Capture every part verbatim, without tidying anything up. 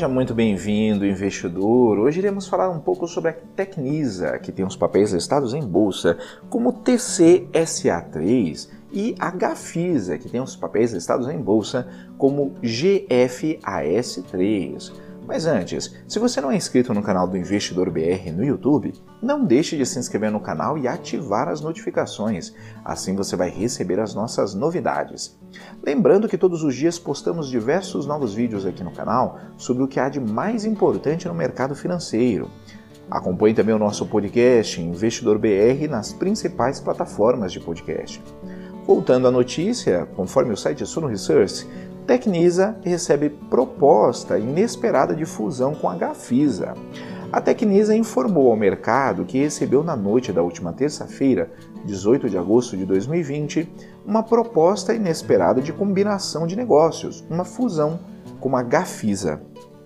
muito bem-vindo, investidor. Hoje iremos falar um pouco sobre a Tecnisa, que tem os papéis listados em bolsa, como T C S A três, e a Gafisa, que tem os papéis listados em bolsa, como G F A S três. Mas antes, se você não é inscrito no canal do Investidor B R no YouTube, não deixe de se inscrever no canal e ativar as notificações, assim você vai receber as nossas novidades. Lembrando que todos os dias postamos diversos novos vídeos aqui no canal sobre o que há de mais importante no mercado financeiro. Acompanhe também o nosso podcast Investidor B R nas principais plataformas de podcast. Voltando à notícia, conforme o site Suno Research, Tecnisa recebe proposta inesperada de fusão com a Gafisa. A Tecnisa informou ao mercado que recebeu na noite da última terça-feira, dezoito de agosto de dois mil e vinte, uma proposta inesperada de combinação de negócios, uma fusão com a Gafisa.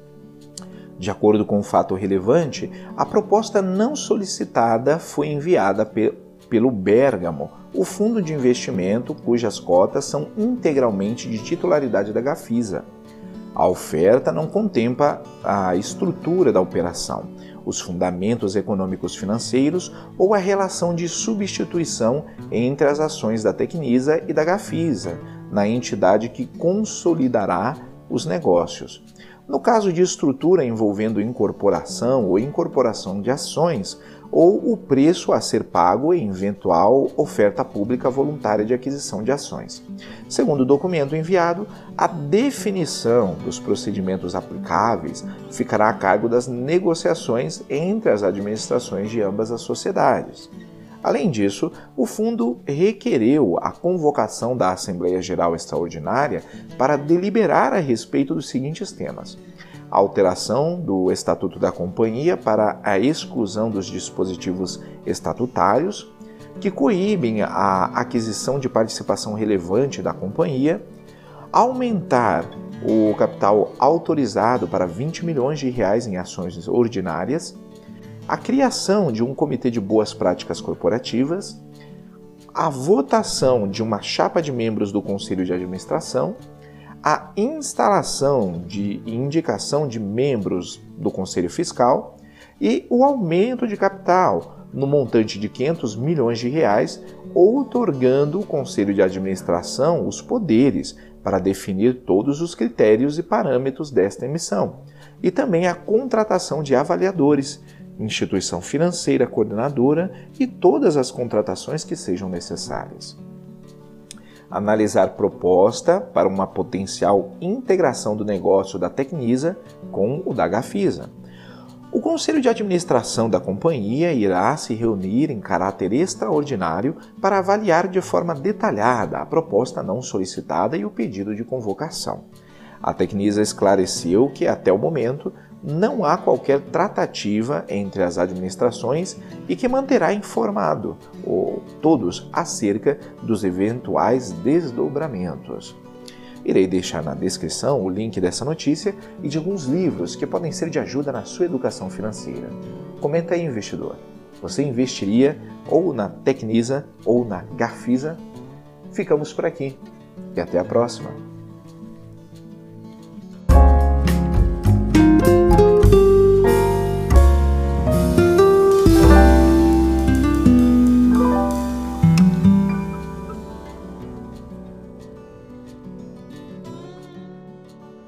De acordo com o fato relevante, a proposta não solicitada foi enviada pe- pelo Bergamo, o fundo de investimento cujas cotas são integralmente de titularidade da Gafisa. A oferta não contempla a estrutura da operação, os fundamentos econômicos financeiros ou a relação de substituição entre as ações da Tecnisa e da Gafisa, na entidade que consolidará os negócios. No caso de estrutura envolvendo incorporação ou incorporação de ações, ou o preço a ser pago em eventual oferta pública voluntária de aquisição de ações. Segundo o documento enviado, a definição dos procedimentos aplicáveis ficará a cargo das negociações entre as administrações de ambas as sociedades. Além disso, o fundo requereu a convocação da Assembleia Geral Extraordinária para deliberar a respeito dos seguintes temas: a alteração do Estatuto da Companhia para a exclusão dos dispositivos estatutários que coíbem a aquisição de participação relevante da companhia, aumentar o capital autorizado para vinte milhões de reais em ações ordinárias, a criação de um comitê de boas práticas corporativas, a votação de uma chapa de membros do Conselho de Administração, a instalação de indicação de membros do Conselho Fiscal e o aumento de capital no montante de quinhentos milhões de reais, outorgando ao Conselho de Administração os poderes para definir todos os critérios e parâmetros desta emissão, e também a contratação de avaliadores, instituição financeira coordenadora e todas as contratações que sejam necessárias. Analisar proposta para uma potencial integração do negócio da Tecnisa com o da Gafisa. O Conselho de Administração da companhia irá se reunir em caráter extraordinário para avaliar de forma detalhada a proposta não solicitada e o pedido de convocação. A Tecnisa esclareceu que, até o momento, não há qualquer tratativa entre as administrações e que manterá informado ou, todos acerca dos eventuais desdobramentos. Irei deixar na descrição o link dessa notícia e de alguns livros que podem ser de ajuda na sua educação financeira. Comenta aí, investidor. Você investiria ou na Tecnisa ou na Gafisa? Ficamos por aqui e até a próxima!